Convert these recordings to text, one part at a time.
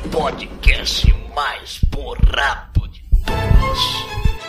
podcast mais porrado de todos.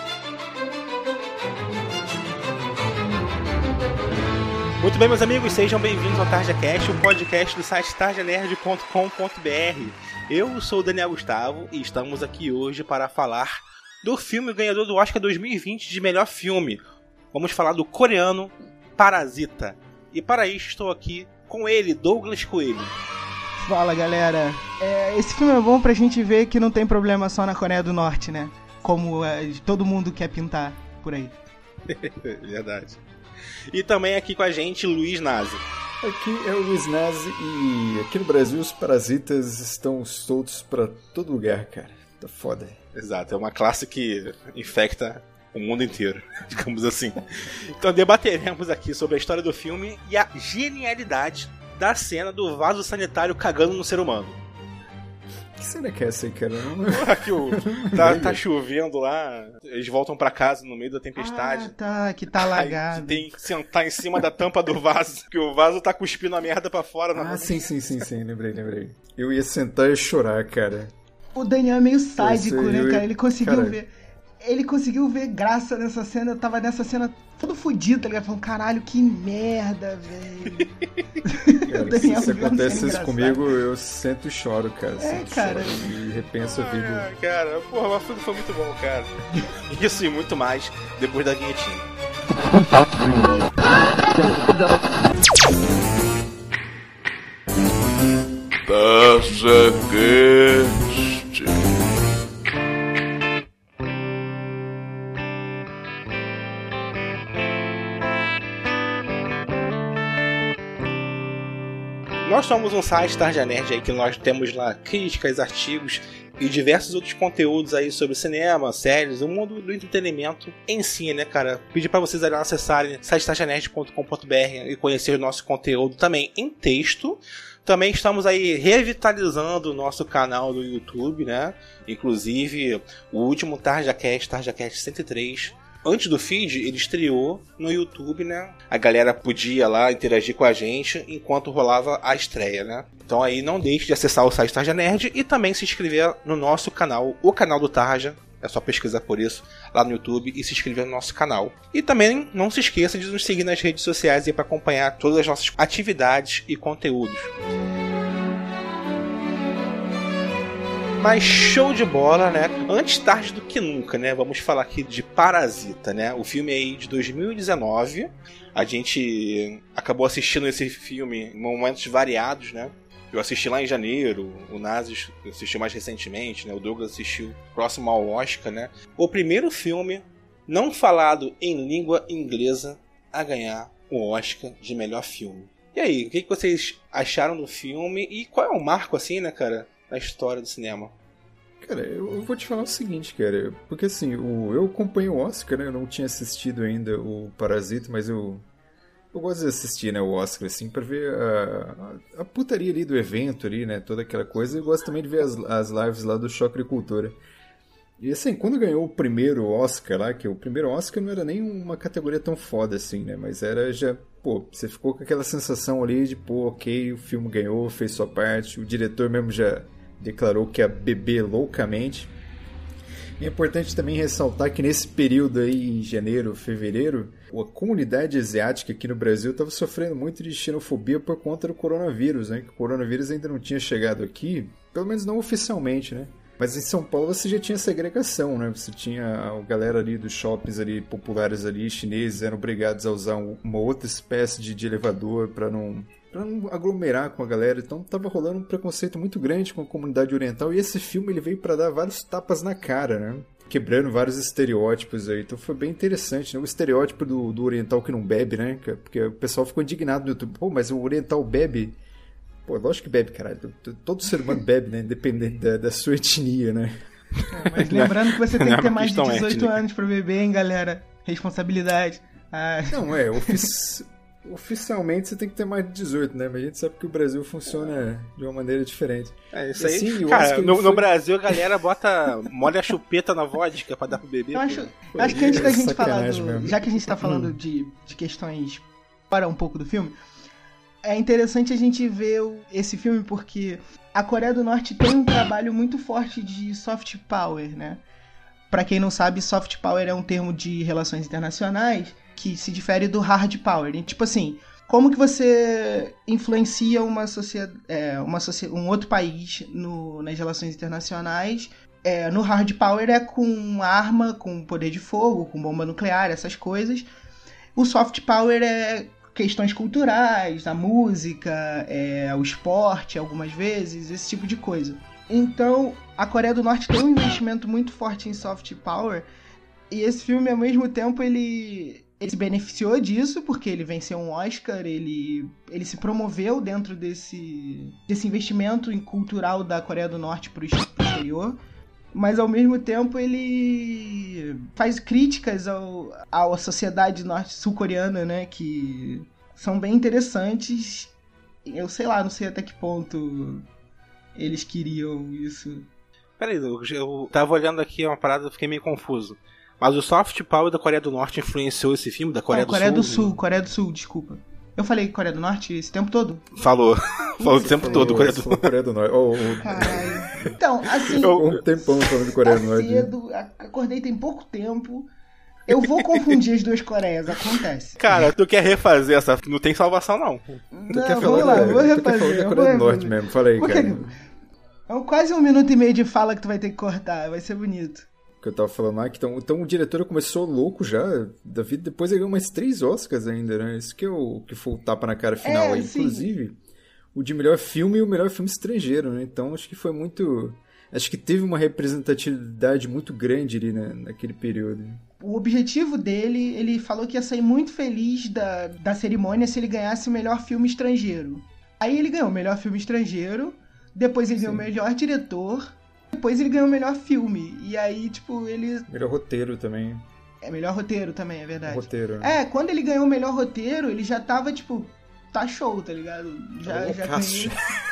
Muito bem, meus amigos, sejam bem-vindos ao TarjaCast, o podcast do site tarjanerd.com.br. Eu sou o Daniel Gustavo e estamos aqui hoje para falar do filme ganhador do Oscar 2020 de melhor filme. Vamos falar do coreano Parasita. E para isso estou aqui com ele, Douglas Coelho. Fala, galera. Esse filme é bom pra gente ver que não tem problema só na Coreia do Norte, né? Como todo mundo quer pintar por aí. Verdade. E também aqui com a gente, Luiz Nazi. Aqui é o Luiz Nazi e aqui no Brasil os parasitas estão soltos pra todo lugar, cara. Tá foda. Exato, é uma classe que infecta o mundo inteiro, digamos assim. Então debateremos aqui sobre a história do filme e a genialidade da cena do vaso sanitário cagando no ser humano. Que cena que é essa aí, cara? Aqui tá chovendo lá, eles voltam pra casa no meio da tempestade. Que tá alagado. Aí tem que sentar em cima da tampa do vaso, porque o vaso tá cuspindo a merda pra fora. Sim, lembrei. Eu ia sentar e chorar, cara. O Daniel é meio sádico, né, cara? Ele conseguiu ver graça nessa cena. Eu tava nessa cena todo fudido, tá ligado? Falando, caralho, que merda, velho. Cara, se acontece isso comigo, eu sento e choro, cara. Choro e repenso a vida. Cara, porra, o filme foi muito bom, cara. Isso e muito mais depois da vinhetinha. TarjaCast. Nós somos um site Tarja Nerd aí que nós temos lá críticas, artigos e diversos outros conteúdos aí sobre cinema, séries, o mundo do entretenimento em si, né, cara? Pedir pra vocês ali acessarem sitetarjanerd.com.br e conhecer o nosso conteúdo também em texto. Também estamos aí revitalizando o nosso canal do YouTube, né? Inclusive, o último TarjaCast 103... Antes do feed, ele estreou no YouTube, né? A galera podia lá interagir com a gente enquanto rolava a estreia, né? Então aí não deixe de acessar o site Tarja Nerd e também se inscrever no nosso canal, o canal do Tarja. É só pesquisar por isso lá no YouTube e se inscrever no nosso canal. E também não se esqueça de nos seguir nas redes sociais para acompanhar todas as nossas atividades e conteúdos. Mas show de bola, né? Antes tarde do que nunca, né? Vamos falar aqui de Parasita, né? O filme aí de 2019. A gente acabou assistindo esse filme em momentos variados, né? Eu assisti lá em janeiro, o Nazi assistiu mais recentemente, né? O Douglas assistiu próximo ao Oscar, né? O primeiro filme não falado em língua inglesa a ganhar o Oscar de melhor filme. E aí, o que vocês acharam do filme? E qual é o marco, assim, né, cara? A história do cinema. Cara, eu vou te falar o seguinte, cara, porque assim, eu acompanho o Oscar, né, eu não tinha assistido ainda o Parasita, mas eu gosto de assistir, né, o Oscar, assim, pra ver a putaria ali do evento ali, né, toda aquela coisa, e eu gosto também de ver as lives lá do Choque de Cultura. E assim, quando ganhou o primeiro Oscar lá, que o primeiro Oscar não era nem uma categoria tão foda assim, né, mas era já, pô, você ficou com aquela sensação ali de, pô, ok, o filme ganhou, fez sua parte, o diretor mesmo já declarou que ia beber loucamente. E é importante também ressaltar que nesse período aí, em janeiro, fevereiro, a comunidade asiática aqui no Brasil estava sofrendo muito de xenofobia por conta do coronavírus, né? Que o coronavírus ainda não tinha chegado aqui, pelo menos não oficialmente, né? Mas em São Paulo você já tinha segregação, né? Você tinha a galera ali dos shoppings ali, populares ali, chineses, eram obrigados a usar uma outra espécie de elevador para não aglomerar com a galera. Então tava rolando um preconceito muito grande com a comunidade oriental, e esse filme ele veio para dar vários tapas na cara, né? Quebrando vários estereótipos aí. Então foi bem interessante, né? O estereótipo do oriental que não bebe, né? Porque o pessoal ficou indignado no YouTube. Pô, mas o oriental bebe? Pô, lógico que bebe, caralho. Todo ser humano bebe, né? Independente da sua etnia, né? Mas lembrando que você tem que ter mais de 18 anos pra beber, hein, galera? Responsabilidade. Não, oficialmente você tem que ter mais de 18, né? Mas a gente sabe que o Brasil funciona de uma maneira diferente. É isso aí. Assim, cara, no Brasil a galera molha a chupeta na vodka pra dar pro bebê. Eu acho que antes da gente falar já que a gente tá falando de questões para um pouco do filme, É interessante a gente ver esse filme porque a Coreia do Norte tem um trabalho muito forte de soft power, né? Pra quem não sabe, soft power é um termo de relações internacionais que se difere do hard power. E, tipo assim, como que você influencia um outro país nas relações internacionais? No hard power é com arma, com poder de fogo, com bomba nuclear, essas coisas. O soft power é questões culturais, a música, o esporte, algumas vezes, esse tipo de coisa. Então, a Coreia do Norte tem um investimento muito forte em soft power, e esse filme, ao mesmo tempo, ele se beneficiou disso, porque ele venceu um Oscar, ele se promoveu dentro desse investimento cultural da Coreia do Norte para o exterior, mas ao mesmo tempo ele faz críticas à sociedade sul-coreana, né, que são bem interessantes. Eu sei lá, não sei até que ponto eles queriam isso. Peraí, eu tava olhando aqui uma parada e fiquei meio confuso. Mas o soft power da Coreia do Norte influenciou esse filme da Coreia do Sul? Coreia do Sul, desculpa. Eu falei Coreia do Norte esse tempo todo? Falou o tempo todo, Coreia do Norte. Caralho. Então, assim... Um tempão falando de Coreia do Norte. Cedo, acordei tem pouco tempo. Eu vou confundir as duas Coreias, acontece. Cara, tu quer refazer essa... Não tem salvação, não. Vamos lá, vou refazer. Tu quer falar da Coreia do Norte mesmo, fala aí, cara. É quase 1 minuto e meio de fala que tu vai ter que cortar, vai ser bonito. Que eu tava falando lá, que então o diretor começou louco já da vida, depois ele ganhou mais 3 Oscars ainda, né? Isso que foi o tapa na cara final aí. Sim. Inclusive, o de melhor filme e o melhor filme estrangeiro, né? Então acho que foi muito... Acho que teve uma representatividade muito grande ali, né, naquele período. O objetivo dele, ele falou que ia sair muito feliz da cerimônia se ele ganhasse o melhor filme estrangeiro. Aí ele ganhou o melhor filme estrangeiro, depois ele ganhou o melhor diretor, depois ele ganhou o melhor filme. E aí, tipo, ele... Melhor roteiro também. Melhor roteiro também, é verdade. Roteiro, né? Quando ele ganhou o melhor roteiro, ele já tava, tipo, tá show, tá ligado? Já ganhei.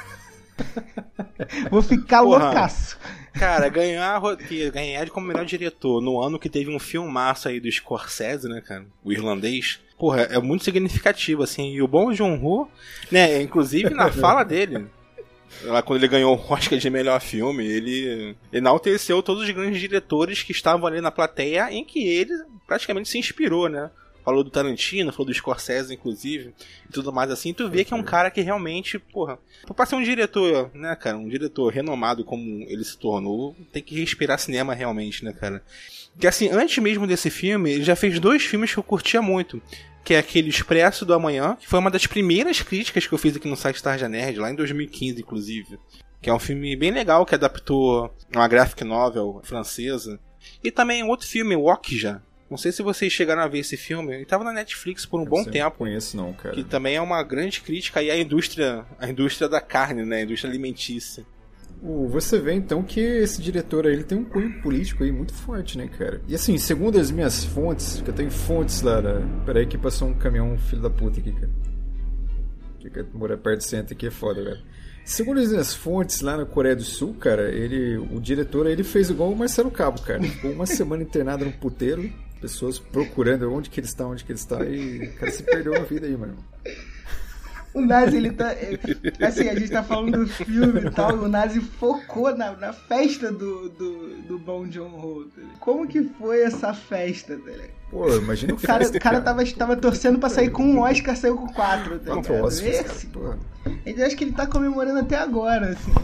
Vou ficar loucaço. Cara, ganhar como melhor diretor no ano que teve um filmaço aí do Scorsese, né, cara? O irlandês. Porra, é muito significativo, assim. E o bom Joon-ho, né, inclusive na fala dele... Lá quando ele ganhou o Oscar de melhor filme, ele enalteceu todos os grandes diretores que estavam ali na plateia, em que ele praticamente se inspirou, né? Falou do Tarantino, falou do Scorsese, inclusive, e tudo mais assim. Tu vê que é um cara que realmente, porra, pra ser um diretor, né, cara, um diretor renomado como ele se tornou, tem que respirar cinema realmente, né, cara? Que assim, antes mesmo desse filme, ele já fez 2 filmes que eu curtia muito. Que é aquele Expresso do Amanhã, que foi uma das primeiras críticas que eu fiz aqui no site Tarja Nerd, lá em 2015, inclusive. Que é um filme bem legal, que adaptou uma graphic novel francesa. E também um outro filme, Okja. Não sei se vocês chegaram a ver esse filme. Ele estava na Netflix por um bom tempo. Não conheço não, cara. Que também é uma grande crítica aí à indústria da carne, né? A indústria alimentícia. Você vê então que esse diretor aí ele tem um cunho político aí muito forte, né, cara? E assim, segundo as minhas fontes, que eu tenho fontes lá, peraí que passou um caminhão filho da puta aqui, cara. Que morar perto do centro aqui é foda, velho. Segundo as minhas fontes lá na Coreia do Sul, cara, o diretor ele fez igual o Marcelo Cabo, cara. Ficou uma semana internado no puteiro, pessoas procurando onde que ele está, e o cara se perdeu na vida aí, mano. O Nazi, ele tá... Assim, a gente tá falando do filme e tal, o Nazi focou na festa do Bong Joon-ho. Como que foi essa festa, tá ligado? Pô, imagina o cara tava torcendo pra sair com 1 Oscar, saiu com 4, tá ligado? 4 Oscars, Eu acho que ele tá comemorando até agora, assim.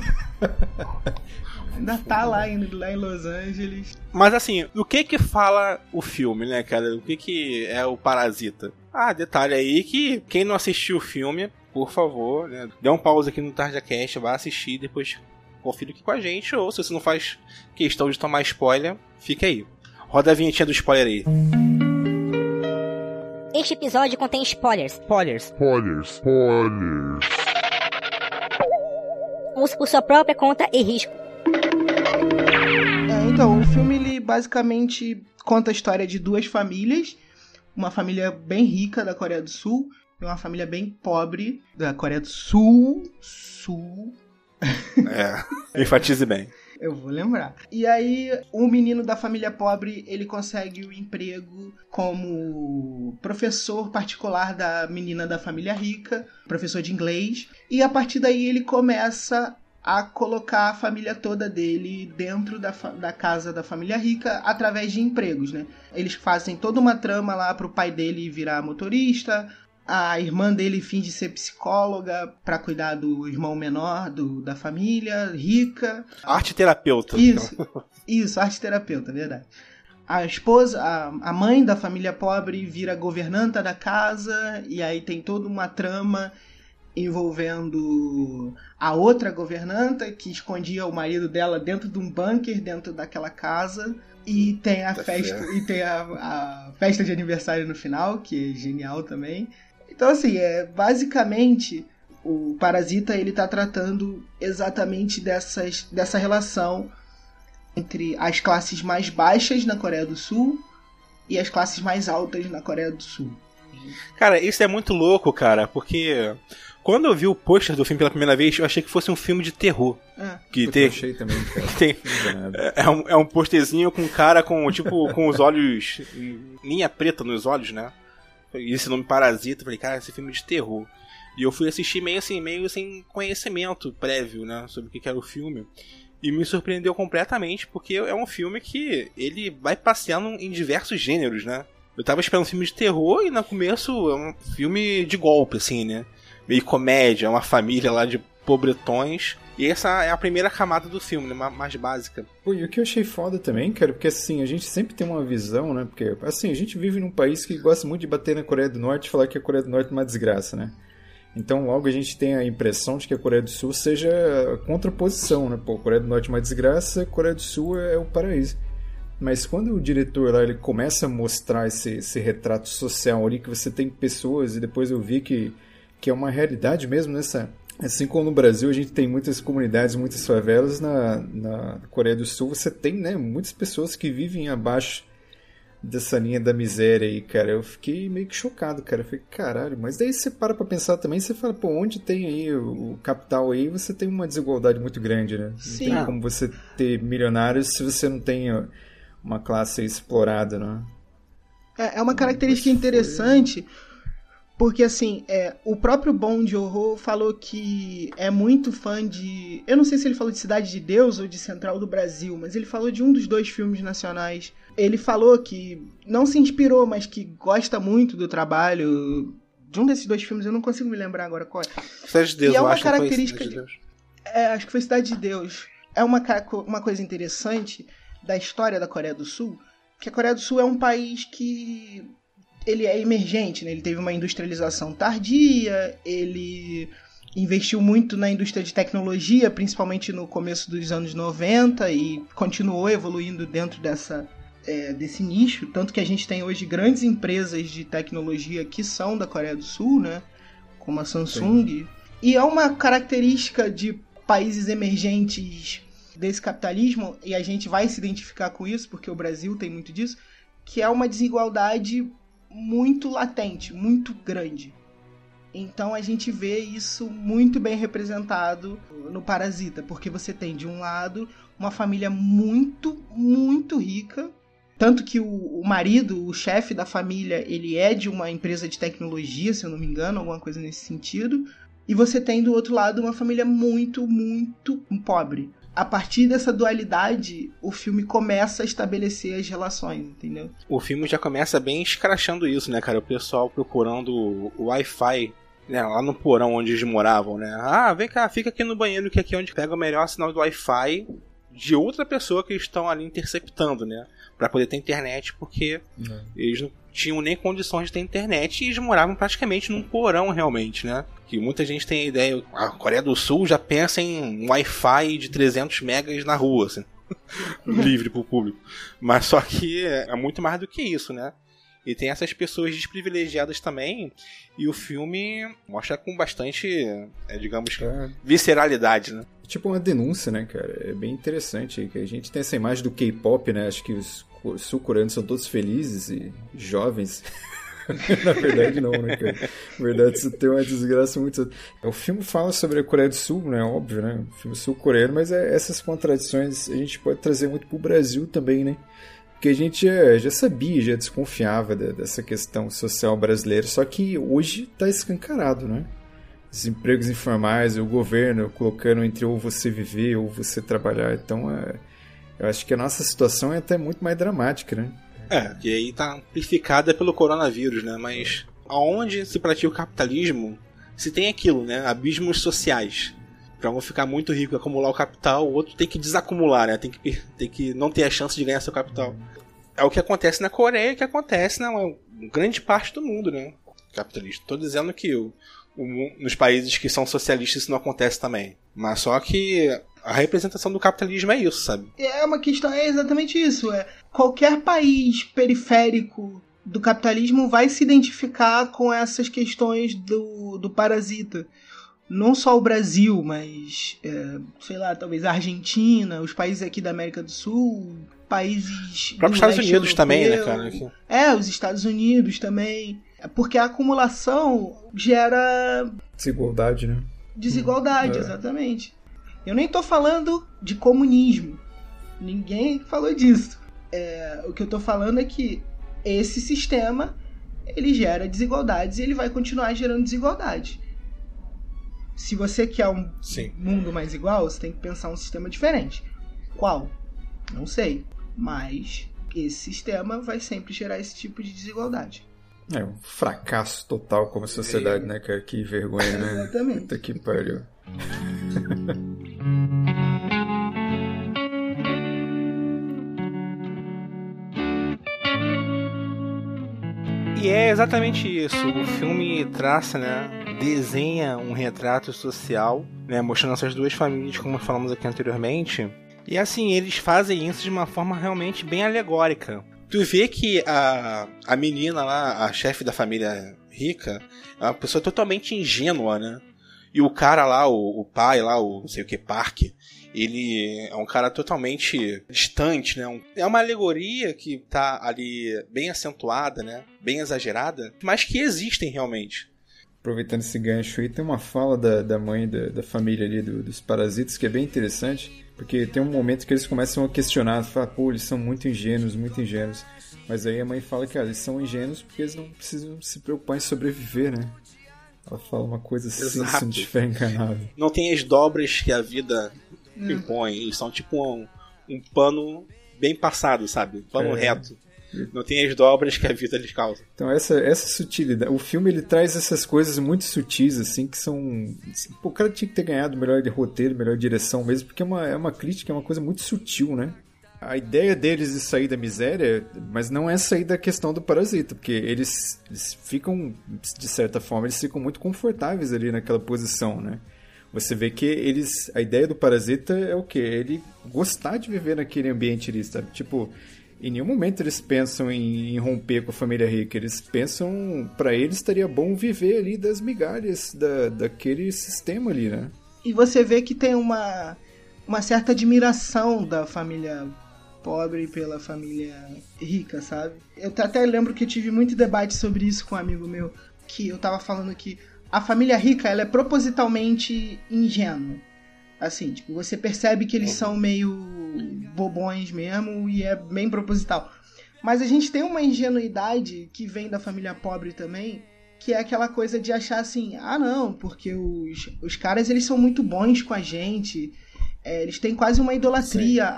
Ainda tá lá em Los Angeles. Mas assim, o que fala o filme, né, cara? O que é o Parasita? Detalhe aí que quem não assistiu o filme, por favor, né, dê um pause aqui no TarjaCast, vá assistir e depois confira aqui com a gente, ou se você não faz questão de tomar spoiler, fica aí. Roda a vinhetinha do spoiler aí. Este episódio contém spoilers. Use por sua própria conta e risco. Então, o filme ele basicamente conta a história de 2 famílias. Uma família bem rica da Coreia do Sul e uma família bem pobre da Coreia do Sul. Enfatize bem. Eu vou lembrar. E aí, um menino da família pobre, ele consegue o emprego como professor particular da menina da família rica, professor de inglês. E a partir daí ele começa a colocar a família toda dele dentro da casa da família rica através de empregos, né? Eles fazem toda uma trama lá pro pai dele virar motorista, a irmã dele finge ser psicóloga pra cuidar do irmão menor da família rica. Arte-terapeuta. Isso, arte-terapeuta, verdade. A esposa, a mãe da família pobre vira governanta da casa, e aí tem toda uma trama envolvendo a outra governanta que escondia o marido dela dentro de um bunker dentro daquela casa, e tem a festa e tem a festa de aniversário no final, que é genial também. Então assim, basicamente o Parasita ele tá tratando exatamente dessa relação entre as classes mais baixas na Coreia do Sul e as classes mais altas na Coreia do Sul. Cara, isso é muito louco, cara, porque quando eu vi o pôster do filme pela primeira vez, eu achei que fosse um filme de terror. Eu achei também, cara. É um posterzinho com um cara com, tipo, com os olhos, linha preta nos olhos, né? E esse nome Parasita, eu falei, cara, esse filme é de terror. E eu fui assistir meio sem conhecimento prévio, né, sobre o que era o filme. E me surpreendeu completamente, porque é um filme que ele vai passeando em diversos gêneros, né? Eu tava esperando um filme de terror e no começo é um filme de golpe, assim, né? Meio comédia, uma família lá de pobretões. E essa é a primeira camada do filme, né? Mais básica. Pô, e o que eu achei foda também, cara, porque assim, a gente sempre tem uma visão, né? Porque, assim, a gente vive num país que gosta muito de bater na Coreia do Norte e falar que a Coreia do Norte é uma desgraça, né? Então logo a gente tem a impressão de que a Coreia do Sul seja a contraposição, né? Pô, a Coreia do Norte é uma desgraça, a Coreia do Sul é o paraíso. Mas quando o diretor lá ele começa a mostrar esse retrato social ali, que você tem pessoas, e depois eu vi que é uma realidade mesmo nessa... Assim como no Brasil a gente tem muitas comunidades, muitas favelas, na Coreia do Sul você tem, né, muitas pessoas que vivem abaixo dessa linha da miséria aí, cara. Eu fiquei meio que chocado, cara. Eu falei, caralho, mas daí você para pra pensar também, você fala, pô, onde tem aí o capital aí, você tem uma desigualdade muito grande, né? Sim. Não tem como você ter milionários se você não tem uma classe explorada, né? É uma característica interessante, porque assim, o próprio Bong Joon-ho falou que é muito fã de... Eu não sei se ele falou de Cidade de Deus ou de Central do Brasil, mas ele falou de um dos dois filmes nacionais. Ele falou que não se inspirou, mas que gosta muito do trabalho de um desses dois filmes. Eu não consigo me lembrar agora qual é. Cidade de Deus, e é eu uma acho característica que foi Cidade de Deus. acho que foi Cidade de Deus. É uma coisa interessante da história da Coreia do Sul, que a Coreia do Sul é um país que ele é emergente, né? Ele teve uma industrialização tardia, ele investiu muito na indústria de tecnologia, principalmente no começo dos anos 90, e continuou evoluindo dentro desse nicho, tanto que a gente tem hoje grandes empresas de tecnologia que são da Coreia do Sul, né? Como a Samsung. Sim. E é uma característica de países emergentes desse capitalismo, e a gente vai se identificar com isso, porque o Brasil tem muito disso, que é uma desigualdade muito latente, muito grande. Então a gente vê isso muito bem representado no Parasita, porque você tem, de um lado, uma família muito, muito rica, tanto que o marido, o chefe da família, ele é de uma empresa de tecnologia, se eu não me engano, alguma coisa nesse sentido, e você tem do outro lado uma família muito, muito pobre. A partir dessa dualidade, o filme começa a estabelecer as relações, entendeu? O filme já começa bem escrachando isso, né, cara? O pessoal procurando o Wi-Fi, né, lá no porão onde eles moravam, né? Ah, vem cá, fica aqui no banheiro, que aqui é onde pega o melhor sinal do Wi-Fi de outra pessoa que eles estão ali interceptando, né? Pra poder ter internet, porque eles não tinham nem condições de ter internet e eles moravam praticamente num porão, realmente, né? Que muita gente tem a ideia, a Coreia do Sul já pensa em um Wi-Fi de 300 megas na rua, assim, livre pro público. Mas só que é muito mais do que isso, né? E tem essas pessoas desprivilegiadas também, e o filme mostra com bastante, digamos, visceralidade, né? Tipo uma denúncia, né, cara? É bem interessante que a gente tem essa imagem do K-pop, né? Acho que os sul-coreanos são todos felizes e jovens. Na verdade não, né, cara? Na verdade isso tem uma desgraça muito... O filme fala sobre a Coreia do Sul, né? Óbvio, né? O filme sul-coreano, mas essas contradições a gente pode trazer muito pro Brasil também, né? Porque a gente já sabia, já desconfiava dessa questão social brasileira, só que hoje tá escancarado, né? Os empregos informais, o governo colocando entre ou você viver ou você trabalhar. Então, eu acho que a nossa situação é até muito mais dramática, né? E aí tá amplificada pelo coronavírus, né? Mas aonde se pratica o capitalismo, se tem aquilo, né? Abismos sociais. Pra um ficar muito rico e acumular o capital, o outro tem que desacumular, né? Tem que não ter a chance de ganhar seu capital. É o que acontece na Coreia, que acontece na grande parte do mundo, né? Capitalista. Tô dizendo que nos países que são socialistas isso não acontece também. Mas só que a representação do capitalismo é isso, sabe? É uma questão, é exatamente isso. Qualquer país periférico do capitalismo vai se identificar com essas questões do parasita. Não só o Brasil, mas, sei lá, talvez a Argentina, os países aqui da América do Sul, países... Os próprios Estados Unidos também, né, cara? Os Estados Unidos também. Porque a acumulação gera... Desigualdade, né? Desigualdade, exatamente. Eu nem tô falando de comunismo. Ninguém falou disso. O que eu tô falando é que esse sistema, ele gera desigualdades e ele vai continuar gerando desigualdades. Se você quer um mundo mais igual, você tem que pensar um sistema diferente. Qual? Não sei. Mas esse sistema vai sempre gerar esse tipo de desigualdade. É um fracasso total como sociedade, né, cara? Que vergonha, né? Exatamente. Puta que pariu. E é exatamente isso. O filme traça, né? Desenha um retrato social, né? Mostrando essas duas famílias, como falamos aqui anteriormente. E assim, eles fazem isso de uma forma realmente bem alegórica. Tu vê que a menina lá, a chefe da família rica, é uma pessoa totalmente ingênua, né? E o cara lá, o pai lá, o não sei o que, Park, ele é um cara totalmente distante, né? É uma alegoria que tá ali bem acentuada, né? Bem exagerada, mas que existem realmente. Aproveitando esse gancho aí, tem uma fala da mãe da família ali, dos parasitas, que é bem interessante, porque tem um momento que eles começam a questionar, falam, pô, eles são muito ingênuos, mas aí a mãe fala que eles são ingênuos porque eles não precisam se preocupar em sobreviver, né? Ela fala uma coisa assim, se não estiver enganado. Não tem as dobras que a vida impõe, eles são tipo um pano bem passado, sabe? Um pano reto. Não tem as dobras que a vida lhes causa. Então essa sutilidade, o filme ele traz essas coisas muito sutis assim, que são, o cara tinha que ter ganhado melhor de roteiro, melhor direção mesmo, porque é uma crítica, é uma coisa muito sutil, né? A ideia deles de sair da miséria, mas não é sair da questão do parasita, porque eles ficam, de certa forma, eles ficam muito confortáveis ali naquela posição, né? Você vê que a ideia do parasita é o quê? Ele gostar de viver naquele ambiente ali, sabe? Tipo, em nenhum momento eles pensam em romper com a família rica. Eles pensam, pra eles estaria bom viver ali das migalhas daquele sistema ali, né? E você vê que tem uma certa admiração da família pobre pela família rica, sabe? Eu até lembro que eu tive muito debate sobre isso com um amigo meu, que eu tava falando que a família rica, ela é propositalmente ingênua. Assim, tipo, você percebe que eles são meio bobões mesmo e é bem proposital. Mas a gente tem uma ingenuidade que vem da família pobre também, que é aquela coisa de achar assim, não, porque os caras, eles são muito bons com a gente, eles têm quase uma idolatria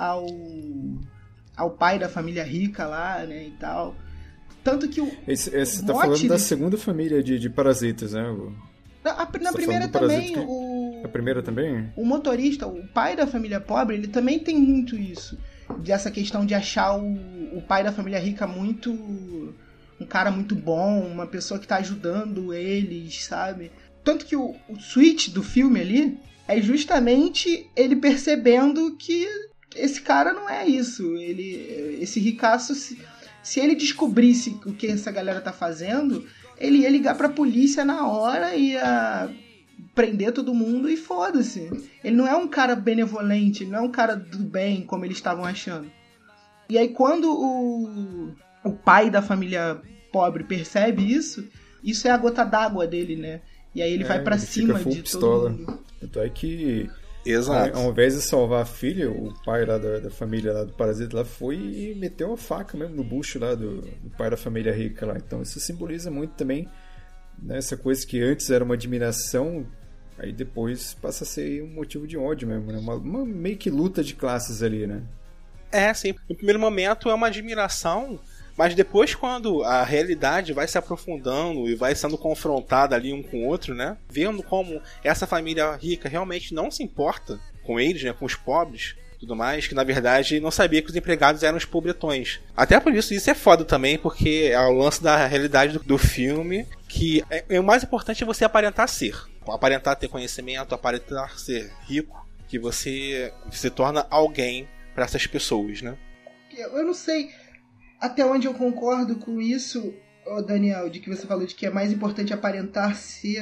ao pai da família rica lá, né, e tal. Tanto que você tá falando da segunda família de parasitas, né? Na primeira também, A primeira também? O motorista, o pai da família pobre, ele também tem muito isso. Dessa questão de achar o pai da família rica muito... um cara muito bom, uma pessoa que tá ajudando eles, sabe? Tanto que o switch do filme ali é justamente ele percebendo que esse cara não é isso. Esse ricaço, se ele descobrisse o que essa galera tá fazendo, ele ia ligar pra polícia na hora, ia prender todo mundo e foda-se. Ele não é um cara benevolente, ele não é um cara do bem, como eles estavam achando. E aí quando o pai da família pobre percebe isso é a gota d'água dele, né? E aí ele vai pra cima de todo mundo. Tanto é que, Exato. ao invés de salvar a filha, o pai lá da família lá do parasita lá foi e meteu uma faca mesmo no bucho lá do pai da família rica lá. Então isso simboliza muito também, né, essa coisa que antes era uma admiração, aí depois passa a ser um motivo de ódio mesmo, né? Uma meio que luta de classes ali, né? Sim. No primeiro momento é uma admiração, mas depois, quando a realidade vai se aprofundando e vai sendo confrontada ali um com o outro, né? Vendo como essa família rica realmente não se importa com eles, né? Com os pobres, tudo mais, que na verdade não sabia que os empregados eram os pobretões. Até por isso é foda também, porque é o lance da realidade do filme, que o mais importante é você aparentar ser. Aparentar ter conhecimento, aparentar ser rico, que você se torna alguém para essas pessoas, né? Eu não sei até onde eu concordo com isso, Daniel, de que você falou de que é mais importante aparentar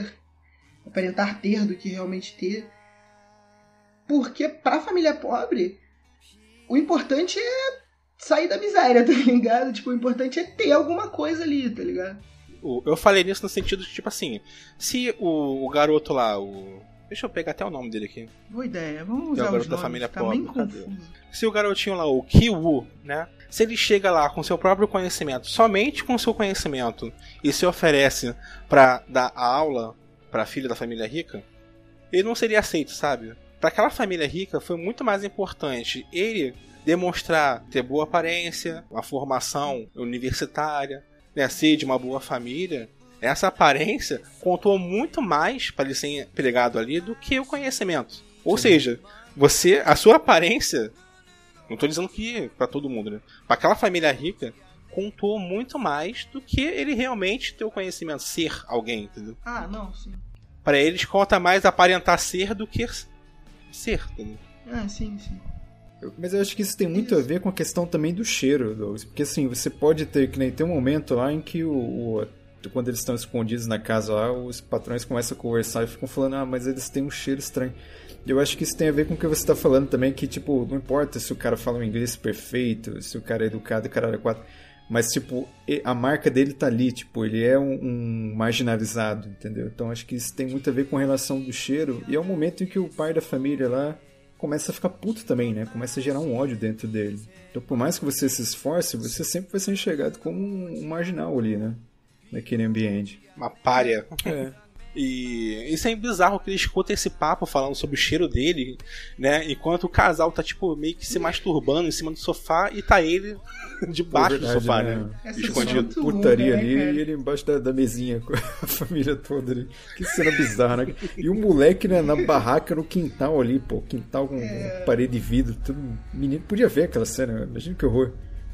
ter do que realmente ter. Porque pra família pobre, o importante é sair da miséria, tá ligado? Tipo, o importante é ter alguma coisa ali, tá ligado? Eu falei nisso no sentido de, tipo assim, se o garoto lá, deixa eu pegar até o nome dele aqui. Boa ideia, vamos usar os nomes, família tá pobre, bem confuso. Se o garotinho lá, o Ki-woo, né? Se ele chega lá com seu próprio conhecimento, somente com seu conhecimento, e se oferece pra dar aula pra filha da família rica, ele não seria aceito, sabe? Pra aquela família rica foi muito mais importante ele demonstrar ter boa aparência, uma formação universitária, né? Ser de uma boa família. Essa aparência contou muito mais para ele ser empregado ali do que o conhecimento. Ou seja, a sua aparência, não estou dizendo que para todo mundo, né? Para aquela família rica, contou muito mais do que ele realmente ter o conhecimento, ser alguém, entendeu? Ah, não, sim. Para eles conta mais aparentar ser do que ser, entendeu? Ah, sim. Mas eu acho que isso tem muito a ver com a questão também do cheiro, Douglas. Porque assim, você pode ter, que nem tem um momento lá em que quando eles estão escondidos na casa lá, os patrões começam a conversar e ficam falando, mas eles têm um cheiro estranho. Eu acho que isso tem a ver com o que você está falando também, que tipo, não importa se o cara fala um inglês perfeito, se o cara é educado, o cara é quatro, mas tipo, a marca dele tá ali, tipo, ele é um marginalizado, entendeu? Então acho que isso tem muito a ver com a relação do cheiro, e é o momento em que o pai da família lá começa a ficar puto também, né? Começa a gerar um ódio dentro dele. Então por mais que você se esforce, você sempre vai ser enxergado como um marginal ali, né? Naquele ambiente. Uma pária. É. E isso é bizarro que ele escuta esse papo falando sobre o cheiro dele, né? Enquanto o casal tá, tipo, meio que se masturbando em cima do sofá e tá ele debaixo do sofá, né? Escondido. Putaria né, ali cara? e ele embaixo da mesinha com a família toda ali. Que cena bizarra, né? E o moleque, né, na barraca, no quintal ali, pô. Quintal com parede de vidro. Tudo. Menino podia ver aquela cena. Imagina que horror.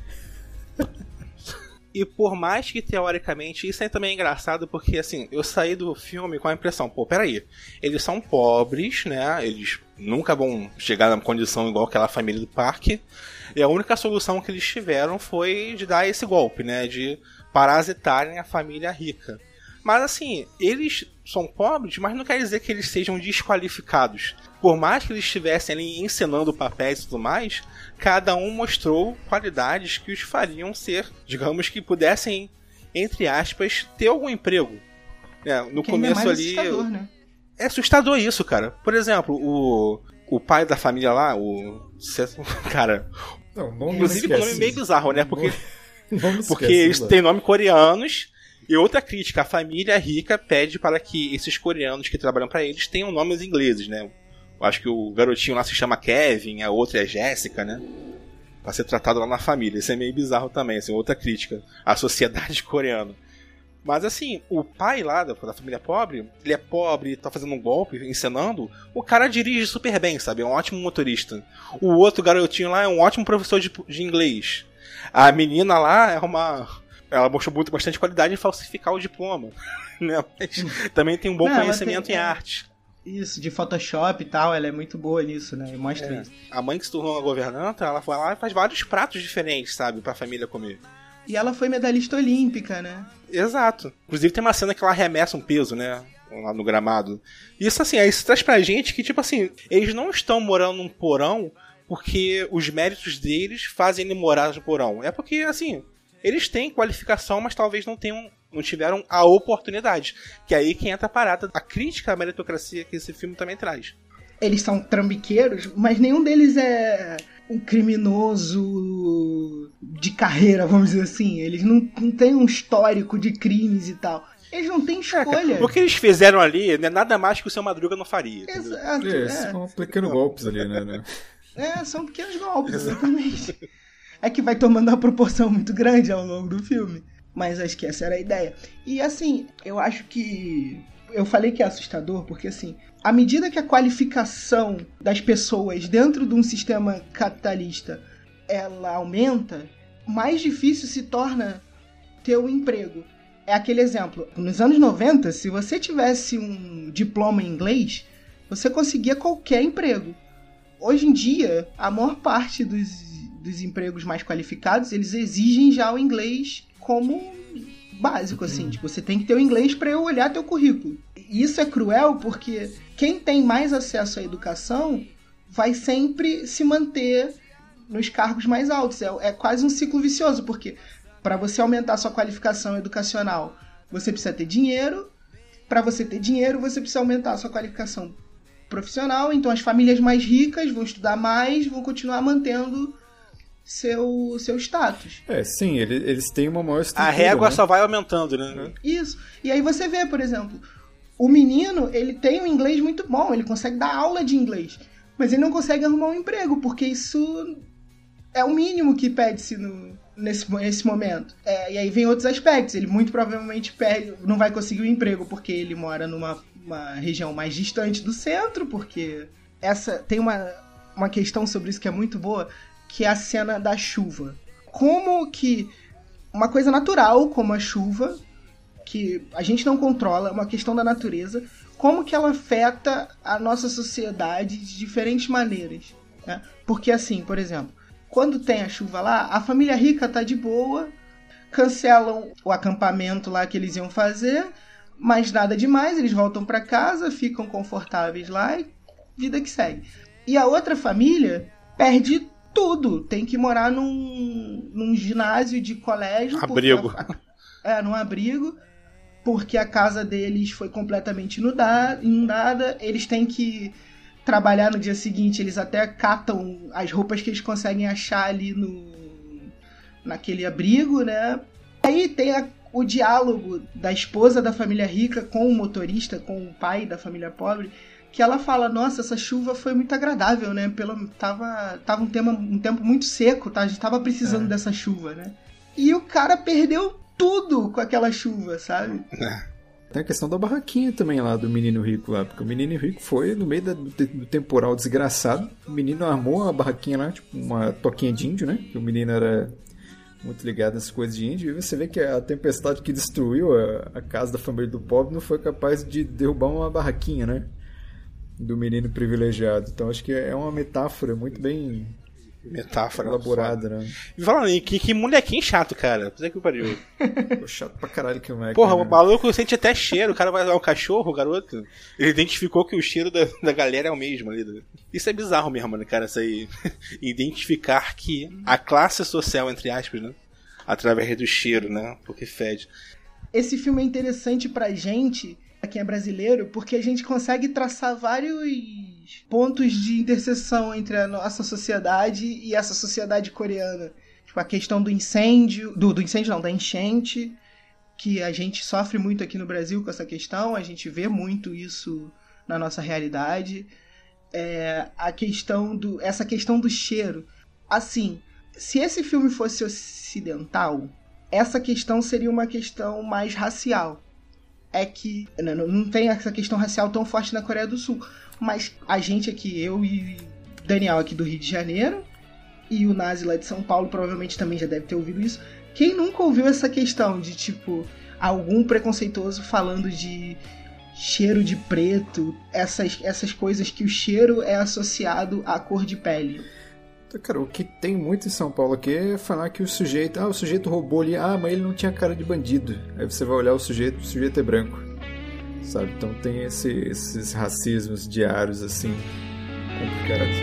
E por mais que, teoricamente, isso aí também é engraçado, porque, assim, eu saí do filme com a impressão, peraí, eles são pobres, né, eles nunca vão chegar na condição igual aquela família do parque, e a única solução que eles tiveram foi de dar esse golpe, né, de parasitarem a família rica. Mas, assim, eles são pobres, mas não quer dizer que eles sejam desqualificados. Por mais que eles estivessem ali encenando papéis e tudo mais, cada um mostrou qualidades que os fariam ser, digamos que pudessem, entre aspas, ter algum emprego. No que começo é mais ali. assustador, né? É assustador isso, cara. Por exemplo, o pai da família lá, cara. Não, inclusive com o nome é meio bizarro, né? Porque porque eles têm nome coreanos. E outra crítica, a família rica pede para que esses coreanos que trabalham para eles tenham nomes ingleses, né? Eu acho que o garotinho lá se chama Kevin, a outra é Jéssica, né? Pra ser tratado lá na família. Isso é meio bizarro também, assim, outra crítica à sociedade coreana. Mas assim, o pai lá da família pobre, ele é pobre, tá fazendo um golpe, encenando, o cara dirige super bem, sabe? É um ótimo motorista. O outro garotinho lá é um ótimo professor de inglês. A menina lá ela mostrou bastante qualidade em falsificar o diploma, né? Mas também tem um bom conhecimento em arte. Isso, de Photoshop e tal, ela é muito boa nisso, né? Mostra isso. A mãe que se tornou uma governanta, ela foi lá e faz vários pratos diferentes, sabe? Pra família comer. E ela foi medalhista olímpica, né? Exato. Inclusive tem uma cena que ela arremessa um peso, né? Lá no gramado. Isso, assim, isso traz pra gente que, tipo assim, eles não estão morando num porão porque os méritos deles fazem ele morar no porão. É porque, assim, eles têm qualificação, mas talvez não tiveram a oportunidade. Que é aí que entra a parada, a crítica à meritocracia que esse filme também traz. Eles são trambiqueiros, mas nenhum deles é um criminoso de carreira, vamos dizer assim. Eles não têm um histórico de crimes e tal. Eles não têm escolha. O que eles fizeram ali não é nada mais que o Seu Madruga não faria. Exato. São pequenos golpes ali, né? São pequenos golpes, exatamente. É que vai tomando uma proporção muito grande ao longo do filme. Mas acho que essa era a ideia. E assim, eu acho que... Eu falei que é assustador porque, assim, à medida que a qualificação das pessoas dentro de um sistema capitalista ela aumenta, mais difícil se torna ter um emprego. É aquele exemplo. Nos anos 90, se você tivesse um diploma em inglês, você conseguia qualquer emprego. Hoje em dia, a maior parte dos empregos mais qualificados, eles exigem já o inglês como básico, assim. Tipo, você tem que ter o inglês para eu olhar teu currículo. E isso é cruel porque quem tem mais acesso à educação vai sempre se manter nos cargos mais altos. É quase um ciclo vicioso, porque para você aumentar sua qualificação educacional, você precisa ter dinheiro. Para você ter dinheiro, você precisa aumentar a sua qualificação profissional. Então as famílias mais ricas vão estudar mais, vão continuar mantendo seu status. Sim, eles têm uma maior estrutura. A régua, né? Só vai aumentando, né? Isso. E aí você vê, por exemplo, o menino, ele tem um inglês muito bom, ele consegue dar aula de inglês, mas ele não consegue arrumar um emprego, porque isso é o mínimo que pede-se nesse momento. E aí vem outros aspectos. Ele muito provavelmente não vai conseguir um emprego porque ele mora numa região mais distante do centro, porque tem uma questão sobre isso que é muito boa, que é a cena da chuva. Como que uma coisa natural, como a chuva, que a gente não controla, é uma questão da natureza, como que ela afeta a nossa sociedade de diferentes maneiras, né? Porque assim, por exemplo, quando tem a chuva lá, a família rica tá de boa, cancelam o acampamento lá que eles iam fazer, mas nada demais, eles voltam para casa, ficam confortáveis lá e vida que segue. E a outra família perde tudo, tem que morar num ginásio de colégio. Abrigo. Num abrigo, porque a casa deles foi completamente inundada, eles têm que trabalhar no dia seguinte, eles até catam as roupas que eles conseguem achar ali naquele abrigo, né? Aí tem o diálogo da esposa da família rica com o motorista, com o pai da família pobre, que ela fala, nossa, essa chuva foi muito agradável, né? Tava um tempo muito seco, tá? A gente tava precisando dessa chuva, né? E o cara perdeu tudo com aquela chuva, sabe? Tem a questão da barraquinha também lá do menino rico lá, porque o menino rico foi no meio do temporal desgraçado, o menino armou uma barraquinha lá, tipo uma toquinha de índio, né? Que o menino era muito ligado nessas coisas de índio, e você vê que a tempestade que destruiu a casa da família do pobre não foi capaz de derrubar uma barraquinha, né? Do menino privilegiado. Então acho que é uma metáfora muito bem elaborada, né? E falando aí, que molequinho chato, cara. Apesar que pariu. Pô, chato pra caralho que o moleque. Porra, o maluco sente até cheiro. O cara vai lá um cachorro, o garoto. Ele identificou que o cheiro da galera é o mesmo ali. Isso é bizarro mesmo, né, cara? Isso aí. Identificar que a classe social, entre aspas, né? Através do cheiro, né? Porque fede. Esse filme é interessante pra gente, quem é brasileiro, porque a gente consegue traçar vários pontos de interseção entre a nossa sociedade e essa sociedade coreana. Tipo, a questão do incêndio, do incêndio não, da enchente, que a gente sofre muito aqui no Brasil com essa questão, a gente vê muito isso na nossa realidade. Essa questão do cheiro. Assim, se esse filme fosse ocidental, essa questão seria uma questão mais racial. É que não tem essa questão racial tão forte na Coreia do Sul. Mas a gente aqui, eu e Daniel aqui do Rio de Janeiro, e o Nazi lá de São Paulo provavelmente também já deve ter ouvido isso. Quem nunca ouviu essa questão de, tipo, algum preconceituoso falando de cheiro de preto, essas coisas que o cheiro é associado à cor de pele? Cara, o que tem muito em São Paulo aqui é falar que o sujeito roubou ali, mas ele não tinha cara de bandido. Aí você vai olhar o sujeito é branco, sabe? Então tem esses racismos diários, assim, complicados.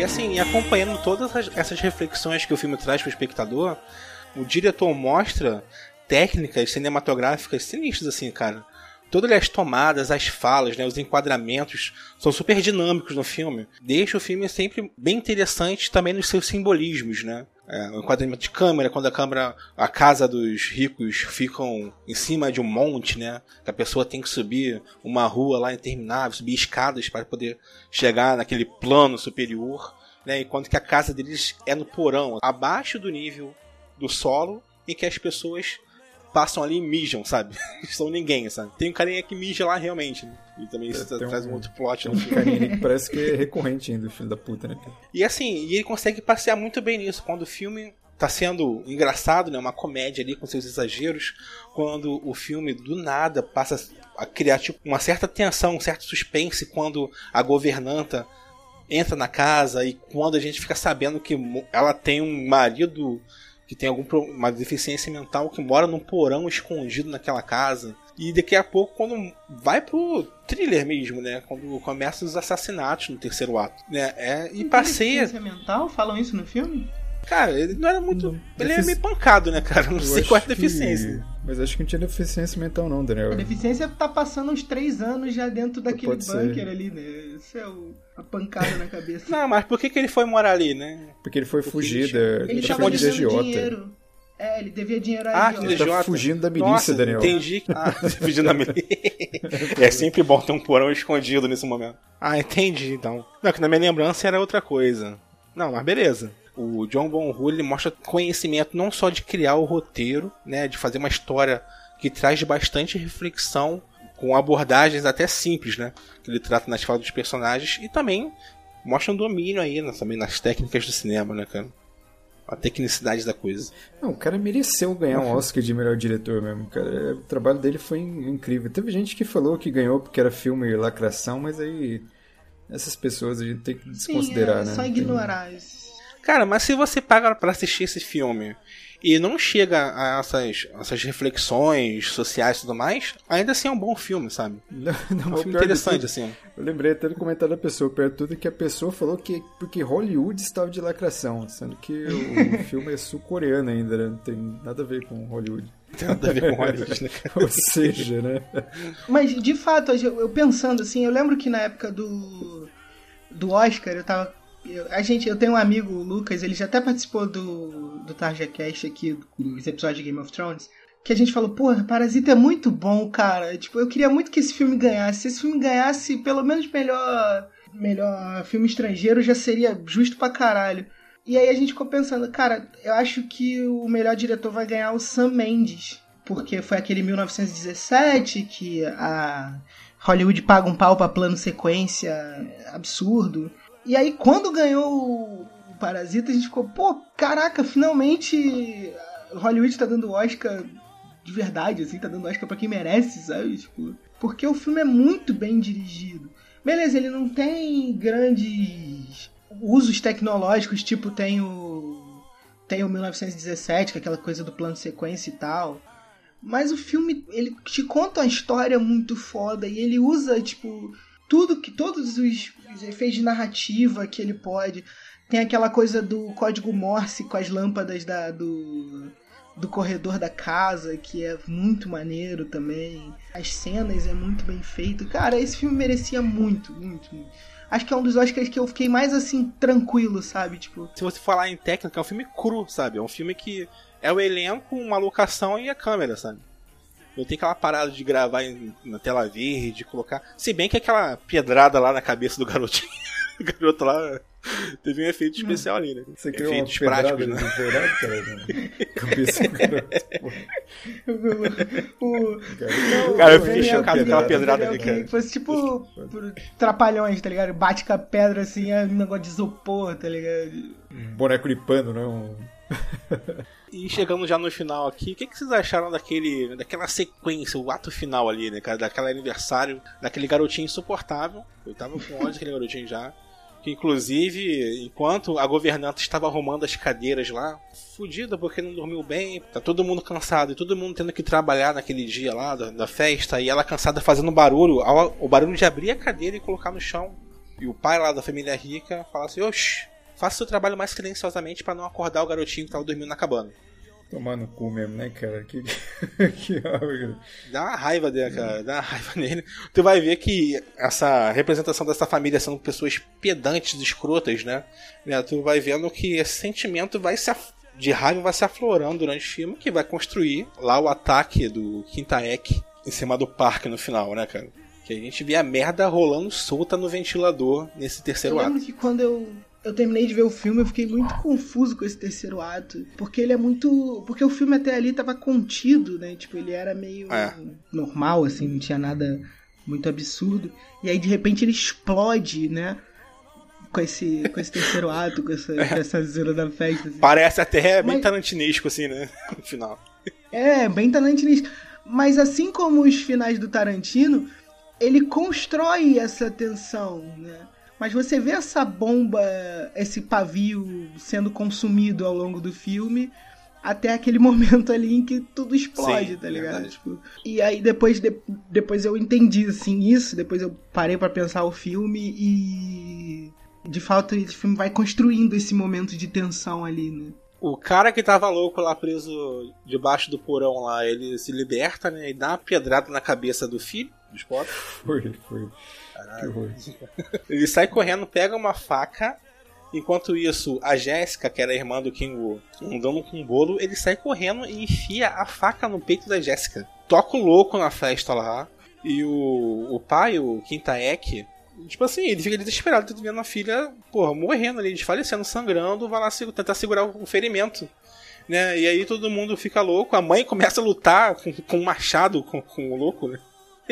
assim, acompanhando todas essas reflexões que o filme traz pro espectador, o diretor mostra técnicas cinematográficas sinistras, assim, cara. Todas as tomadas, as falas, né, os enquadramentos são super dinâmicos no filme. Deixa o filme sempre bem interessante também nos seus simbolismos, né? O enquadramento de câmera, quando a casa dos ricos ficam em cima de um monte, né? Que a pessoa tem que subir uma rua lá interminável, subir escadas para poder chegar naquele plano superior, né? Enquanto que a casa deles é no porão, abaixo do nível do solo, em que as pessoas passam ali e mijam, sabe? São ninguém, sabe? Tem um carinha que mija lá realmente, né? E também isso traz um outro plot no filme. Um carinha que parece que é recorrente ainda, o filho da puta, né? E assim, ele consegue passear muito bem nisso. Quando o filme tá sendo engraçado, né? Uma comédia ali com seus exageros. Quando o filme, do nada, passa a criar tipo, uma certa tensão, um certo suspense. Quando a governanta entra na casa e quando a gente fica sabendo que ela tem um marido que tem uma deficiência mental, que mora num porão escondido naquela casa. E daqui a pouco, quando vai pro thriller mesmo, né? Quando começam os assassinatos no terceiro ato, né? E passeia... Deficiência mental? Falam isso no filme? Cara, ele não era muito... Ele é meio pancado, né, cara? Não sei qual é a deficiência. Mas acho que não tinha deficiência mental não, Daniel. A deficiência tá passando uns 3 anos já dentro daquele bunker ali, né? Isso é a pancada na cabeça. Não, mas por que ele foi morar ali, né? Porque ele foi fugir ele tava devendo dinheiro. Ele devia dinheiro a idiota. Ele tá fugindo da milícia, nossa, Daniel. Entendi. Fugindo da milícia. É sempre bom ter um porão escondido nesse momento. Entendi, então. Não, que na minha lembrança era outra coisa. Não, mas beleza. O John Bong-ho, ele mostra conhecimento não só de criar o roteiro, né, de fazer uma história que traz bastante reflexão, com abordagens até simples, né, que ele trata nas falas dos personagens, e também mostra um domínio aí, né, também nas técnicas do cinema, né, cara. A tecnicidade da coisa. Não, o cara mereceu ganhar um Oscar de melhor diretor mesmo, cara. O trabalho dele foi incrível. Teve gente que falou que ganhou porque era filme lacração, mas aí essas pessoas a gente tem que desconsiderar, né? Só ignorar isso. Cara, mas se você paga pra assistir esse filme e não chega a essas reflexões sociais e tudo mais, ainda assim é um bom filme, sabe? Não, é um filme interessante, assim. Eu lembrei até do comentário da pessoa, perto de tudo, que a pessoa falou que porque Hollywood estava de lacração, sendo que o filme é sul-coreano ainda, né? Não tem nada a ver com Hollywood. Tem nada a ver com Hollywood, né? Ou seja, né? Mas, de fato, eu pensando assim, eu lembro que na época do Oscar, eu tenho um amigo, o Lucas, ele já até participou do TarjaCast aqui, dos episódios de Game of Thrones, que a gente falou, porra, Parasita é muito bom, cara. Tipo, eu queria muito que esse filme ganhasse. Se esse filme ganhasse, pelo menos melhor filme estrangeiro, já seria justo pra caralho. E aí a gente ficou pensando, cara, eu acho que o melhor diretor vai ganhar o Sam Mendes, porque foi aquele 1917 que a Hollywood paga um pau pra plano sequência absurdo. E aí, quando ganhou o Parasita, a gente ficou, pô, caraca, finalmente Hollywood tá dando Oscar de verdade, assim, tá dando Oscar pra quem merece, sabe? Tipo, porque o filme é muito bem dirigido. Beleza, ele não tem grandes usos tecnológicos, tipo tem o 1917, que é aquela coisa do plano sequência e tal. Mas o filme, ele te conta uma história muito foda e ele usa, tipo... todos os efeitos de narrativa que ele pode. Tem aquela coisa do código Morse com as lâmpadas do corredor da casa, que é muito maneiro também. As cenas é muito bem feito. Cara, esse filme merecia muito, muito, muito. Acho que é um dos Oscars que eu fiquei mais, assim, tranquilo, sabe? Tipo... Se você falar em técnica, é um filme cru, sabe? É um filme que é o elenco, uma locação e a câmera, sabe? Não tem aquela parada de gravar na tela verde, colocar... Se bem que aquela pedrada lá na cabeça do garotinho... O garoto lá teve um efeito especial ali, né? Você criou uma pedrada, né? Verdade, cara? Cabeça do garoto, Cara, eu fiquei chocado com aquela pedrada ali, cara. Fosse tipo Trapalhões, tá ligado? Bate com a pedra assim, é um negócio de isopor, tá ligado? Um boneco de pano, não... E chegando já no final aqui, o que vocês acharam daquela sequência, o ato final ali, né, cara? Daquele aniversário, daquele garotinho insuportável. Eu tava com ódio daquele garotinho já. Que inclusive, enquanto a governanta estava arrumando as cadeiras lá, fudida porque não dormiu bem, tá todo mundo cansado e todo mundo tendo que trabalhar naquele dia lá da festa, e ela cansada fazendo barulho, o barulho de abrir a cadeira e colocar no chão. E o pai lá da família rica fala assim, oxe, faça seu trabalho mais silenciosamente pra não acordar o garotinho que tava dormindo na cabana. Tomar no cu mesmo, né, cara? Que raiva. Dá uma raiva dele, cara. Dá uma raiva nele. Tu vai ver que essa representação dessa família sendo pessoas pedantes, escrotas, né? Tu vai vendo que esse sentimento de raiva vai se aflorando durante o filme, que vai construir lá o ataque do Quintaec em cima do parque no final, né, cara? Que a gente vê a merda rolando solta no ventilador nesse terceiro ato. Eu lembro que quando eu terminei de ver o filme, eu fiquei muito confuso com esse terceiro ato. Porque ele é muito... Porque o filme até ali tava contido, né? Tipo, ele era meio normal, assim, não tinha nada muito absurdo. E aí, de repente, ele explode, né? Com esse terceiro ato, com essa zona da festa. Assim. Parece até bem tarantinesco, assim, né? No final. É, bem tarantinesco. Mas assim como os finais do Tarantino, ele constrói essa tensão, né? Mas você vê essa bomba, esse pavio sendo consumido ao longo do filme, até aquele momento ali em que tudo explode, tá ligado? Tipo, e aí depois eu entendi, assim, isso, depois eu parei pra pensar o filme e... De fato, esse filme vai construindo esse momento de tensão ali, né? O cara que tava louco lá preso debaixo do porão lá, ele se liberta, né? E dá uma pedrada na cabeça do filho, do Spot. Foi. Caralho. Ele sai correndo, pega uma faca. Enquanto isso, a Jéssica, que era a irmã do King, andando com um bolo, ele sai correndo e enfia a faca no peito da Jéssica. Toca o louco na festa lá. E o pai, o Quintaec, tipo assim, ele fica desesperado, vendo a filha, porra, morrendo ali, desfalecendo, sangrando, vai lá tentar segurar o ferimento, né? E aí todo mundo fica louco, a mãe começa a lutar com um machado com o louco, né?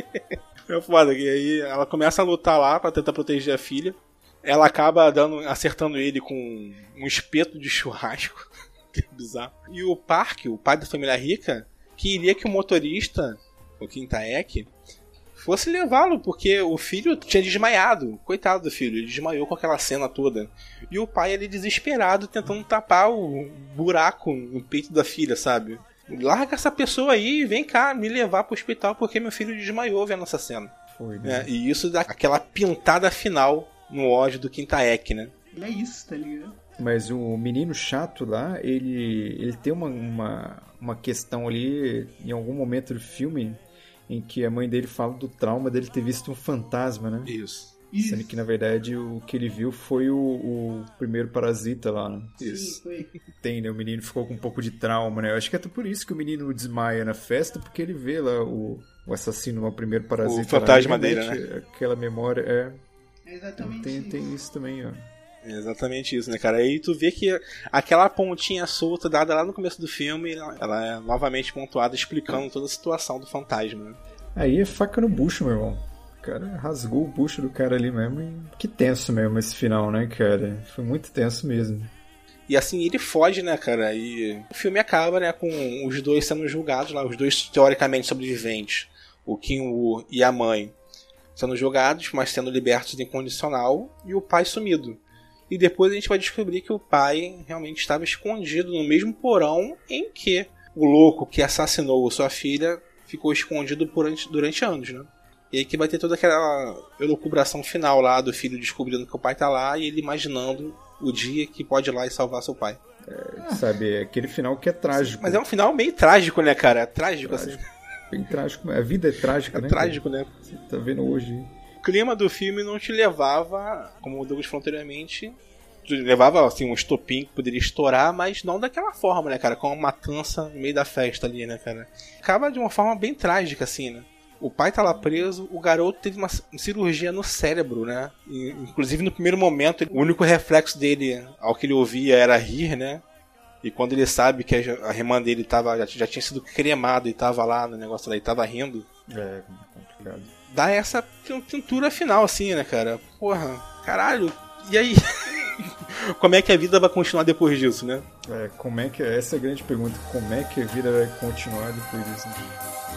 É foda, e aí ela começa a lutar lá pra tentar proteger a filha. Ela acaba acertando ele com um espeto de churrasco, que é bizarro. E o Park, o pai da família rica, queria que o motorista, o Quintaec, fosse levá-lo, porque o filho tinha desmaiado. Coitado do filho, ele desmaiou com aquela cena toda. E o pai, ele desesperado, tentando tapar o buraco no peito da filha, sabe? Larga essa pessoa aí e vem cá me levar pro hospital porque meu filho desmaiou vendo essa cena. Foi, né? E isso dá aquela pintada final no ódio do Quintaec, né? É isso, tá ligado? Mas o menino chato lá, ele tem uma questão ali, em algum momento do filme, em que a mãe dele fala do trauma dele ter visto um fantasma, né? Isso. Sendo que, na verdade, o que ele viu foi o primeiro parasita lá, né? Isso. Sim, foi. Tem, né? O menino ficou com um pouco de trauma, né? Eu acho que é até por isso que o menino desmaia na festa, porque ele vê lá o assassino lá, o primeiro parasita. O fantasma lá, dele, né? Aquela memória, É exatamente isso. Tem isso também, ó. É exatamente isso, né, cara? Aí tu vê que aquela pontinha solta dada lá no começo do filme, ela é novamente pontuada explicando toda a situação do fantasma, né? Aí é faca no bucho, meu irmão. O cara rasgou o bucho do cara ali mesmo. E que tenso mesmo esse final, né, cara? Foi muito tenso mesmo. E assim, ele foge, né, cara? E o filme acaba, né, com os dois sendo julgados lá, os dois teoricamente sobreviventes, o Kim-woo e a mãe, sendo julgados, mas sendo libertos em condicional, e o pai sumido. E depois a gente vai descobrir que o pai realmente estava escondido no mesmo porão em que o louco que assassinou sua filha ficou escondido durante anos, né? E aí que vai ter toda aquela elucubração final lá do filho descobrindo que o pai tá lá e ele imaginando o dia que pode ir lá e salvar seu pai. Sabe, é aquele final que é trágico. Mas é um final meio trágico, né, cara? É trágico. Assim. Bem trágico. A vida é trágica, né? Trágico, né? Você tá vendo hoje. O clima do filme não te levava, como o Douglas falou anteriormente, levava assim, um estopim que poderia estourar, mas não daquela forma, né, cara? Com uma matança no meio da festa ali, né, cara? Acaba de uma forma bem trágica, assim, né? O pai tá lá preso, o garoto teve uma cirurgia no cérebro, né? E, inclusive no primeiro momento, o único reflexo dele, ao que ele ouvia, era rir, né? E quando ele sabe que a irmã dele já tinha sido cremada e tava lá no negócio lá e tava rindo. É complicado. Dá essa pintura final, assim, né, cara? Porra, caralho. E aí? Como é que a vida vai continuar depois disso, né? Essa é a grande pergunta. Como é que a vida vai continuar depois disso? Né?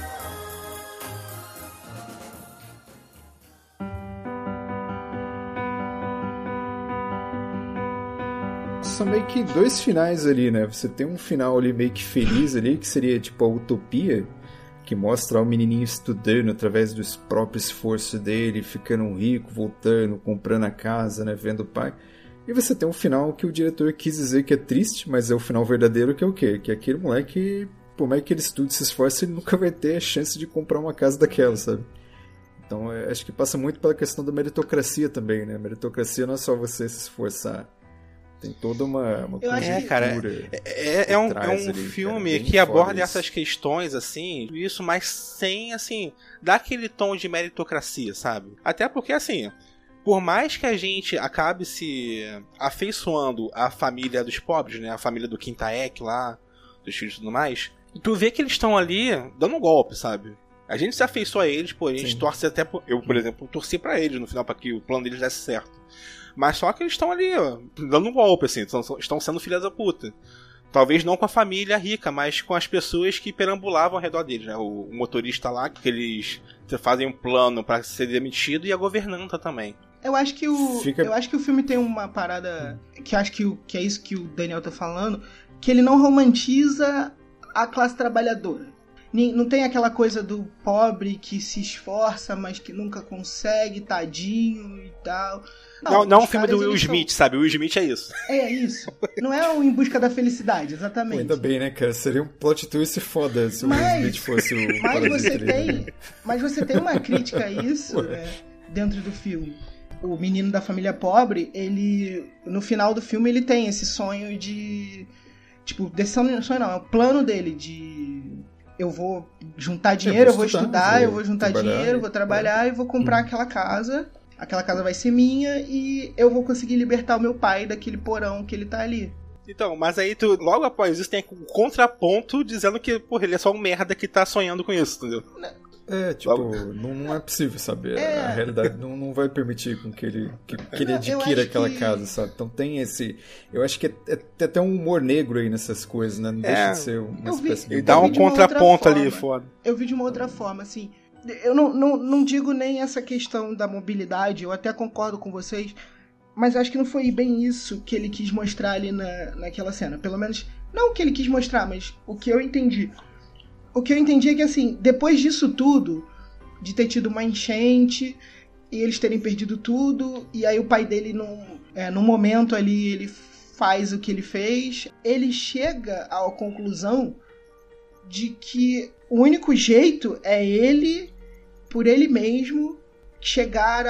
São meio que dois finais ali, né? Você tem um final ali meio que feliz ali, que seria tipo a utopia, que mostra o menininho estudando através do próprio esforço dele, ficando rico, voltando, comprando a casa, né? Vendo o pai. E você tem um final que o diretor quis dizer que é triste, mas é o final verdadeiro, que é o quê? Que é aquele moleque, por mais que ele estude e se esforce, ele nunca vai ter a chance de comprar uma casa daquela, sabe? Então, acho que passa muito pela questão da meritocracia também, né? Meritocracia não é só você se esforçar. Tem toda uma cultura. Cara, é um filme que aborda essas questões, assim, isso, mas sem, assim, dar aquele tom de meritocracia, sabe? Até porque, assim, por mais que a gente acabe se afeiçoando à família dos pobres, né? A família do Quintaek lá, dos filhos e tudo mais, tu vê que eles estão ali dando um golpe, sabe? A gente se afeiçoa a eles, pô, a gente torce até... Eu, por exemplo, torci pra eles no final, pra que o plano deles desse certo. Mas só que eles estão ali, ó, dando um golpe, assim, estão sendo filhas da puta. Talvez não com a família rica, mas com as pessoas que perambulavam ao redor deles, né? O motorista lá, que eles fazem um plano pra ser demitido, e a governanta também. Eu acho que o filme tem uma parada, que acho que é isso que o Daniel tá falando, que ele não romantiza a classe trabalhadora. Não tem aquela coisa do pobre que se esforça, mas que nunca consegue, tadinho e tal. Não um filme do Will Smith, sabe? O Will Smith é isso. É isso. Não é o Em Busca da Felicidade, exatamente. Pô, ainda bem, né, cara? Seria um plot twist foda se o Will Smith fosse o mas você tem uma crítica a isso, né, dentro do filme. O menino da família pobre, ele... No final do filme, ele tem esse sonho de... Tipo, desse sonho não, é o plano dele de... Eu vou juntar dinheiro, eu vou estudar, eu vou juntar dinheiro, vou trabalhar e vou comprar aquela casa. Aquela casa vai ser minha e eu vou conseguir libertar o meu pai daquele porão que ele tá ali. Então, mas aí tu, logo após isso, tem um contraponto dizendo que, porra, ele é só um merda que tá sonhando com isso, entendeu? Não é possível, sabe? A realidade não vai permitir com que ele adquira aquela casa, sabe? Então tem esse... Eu acho que é até um humor negro aí nessas coisas, né? Não deixa de ser uma espécie de... E dá um contraponto ali, foda. Eu vi de uma outra forma, assim... Eu não digo nem essa questão da mobilidade, eu até concordo com vocês, mas acho que não foi bem isso que ele quis mostrar ali naquela cena. Pelo menos, não o que ele quis mostrar, mas o que eu entendi. O que eu entendi é que, assim, depois disso tudo, de ter tido uma enchente, e eles terem perdido tudo, e aí o pai dele, num momento ali, ele faz o que ele fez, ele chega à conclusão de que o único jeito é ele, por ele mesmo, chegar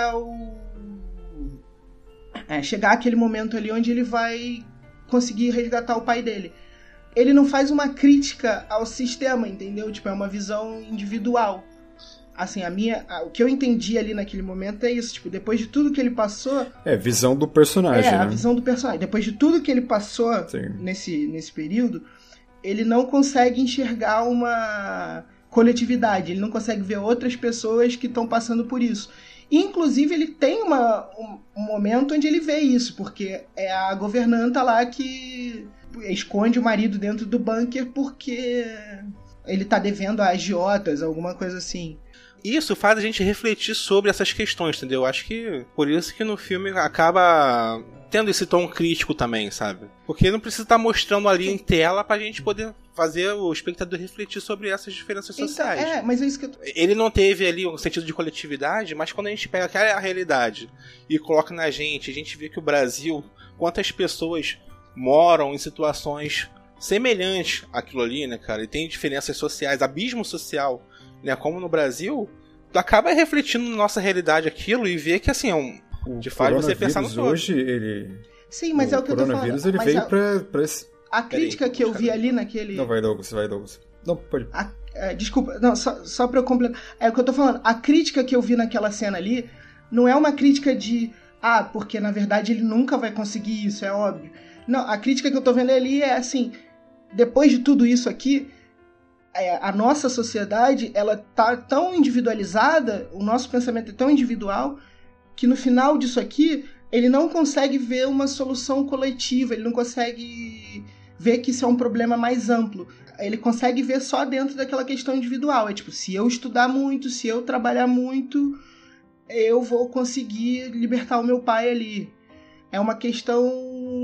àquele momento ali onde ele vai conseguir resgatar o pai dele. Ele não faz uma crítica ao sistema, entendeu? Tipo, é uma visão individual. Assim, o que eu entendi ali naquele momento é isso. Tipo, depois de tudo que ele passou... visão do personagem, né? A visão do personagem. Depois de tudo que ele passou nesse período, ele não consegue enxergar uma coletividade. Ele não consegue ver outras pessoas que estão passando por isso. Inclusive, ele tem um momento onde ele vê isso, porque é a governanta lá que esconde o marido dentro do bunker porque ele tá devendo a agiotas, alguma coisa assim. Isso faz a gente refletir sobre essas questões, entendeu? Acho que por isso que no filme acaba tendo esse tom crítico também, sabe? Porque não precisa estar mostrando ali em tela pra gente poder fazer o espectador refletir sobre essas diferenças sociais. Mas é isso que Ele não teve ali um sentido de coletividade, mas quando a gente pega aquela realidade e coloca na gente, a gente vê que o Brasil, quantas pessoas moram em situações semelhantes àquilo ali, né, cara? E tem diferenças sociais, abismo social, né? Como no Brasil, tu acaba refletindo na nossa realidade aquilo e vê que, assim, de fato você pensar no todo. Hoje, ele... Sim, mas é o que eu tô falando. O coronavírus, ele veio pra esse... A crítica que eu vi ali naquele... Não, vai, Douglas. Não, pode... Desculpa, não, só pra eu completar. É o que eu tô falando. A crítica que eu vi naquela cena ali não é uma crítica de... porque na verdade ele nunca vai conseguir isso, é óbvio. Não, a crítica que eu tô vendo ali é assim... Depois de tudo isso aqui, a nossa sociedade, ela tá tão individualizada, o nosso pensamento é tão individual, que no final disso aqui, ele não consegue ver uma solução coletiva, ele não consegue ver que isso é um problema mais amplo. Ele consegue ver só dentro daquela questão individual. É tipo, se eu estudar muito, se eu trabalhar muito, eu vou conseguir libertar o meu pai ali. É uma questão...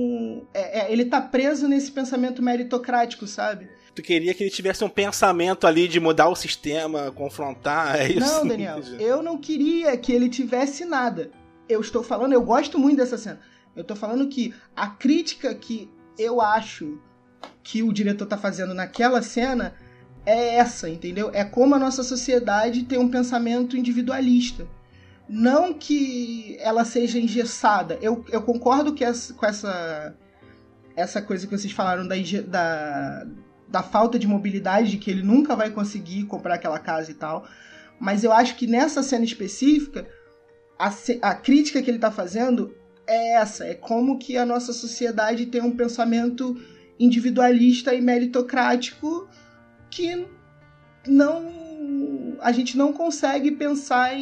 ele tá preso nesse pensamento meritocrático, sabe? Tu queria que ele tivesse um pensamento ali de mudar o sistema, confrontar, é isso? Não, Daniel, eu não queria que ele tivesse nada. Eu estou falando, eu gosto muito dessa cena. Eu tô falando que a crítica que eu acho que o diretor tá fazendo naquela cena é essa, entendeu? É como a nossa sociedade tem um pensamento individualista. Não que ela seja engessada. Eu concordo que com essa coisa que vocês falaram da falta de mobilidade, de que ele nunca vai conseguir comprar aquela casa e tal. Mas eu acho que nessa cena específica, a crítica que ele está fazendo é essa. É como que a nossa sociedade tem um pensamento individualista e meritocrático que a gente não consegue pensar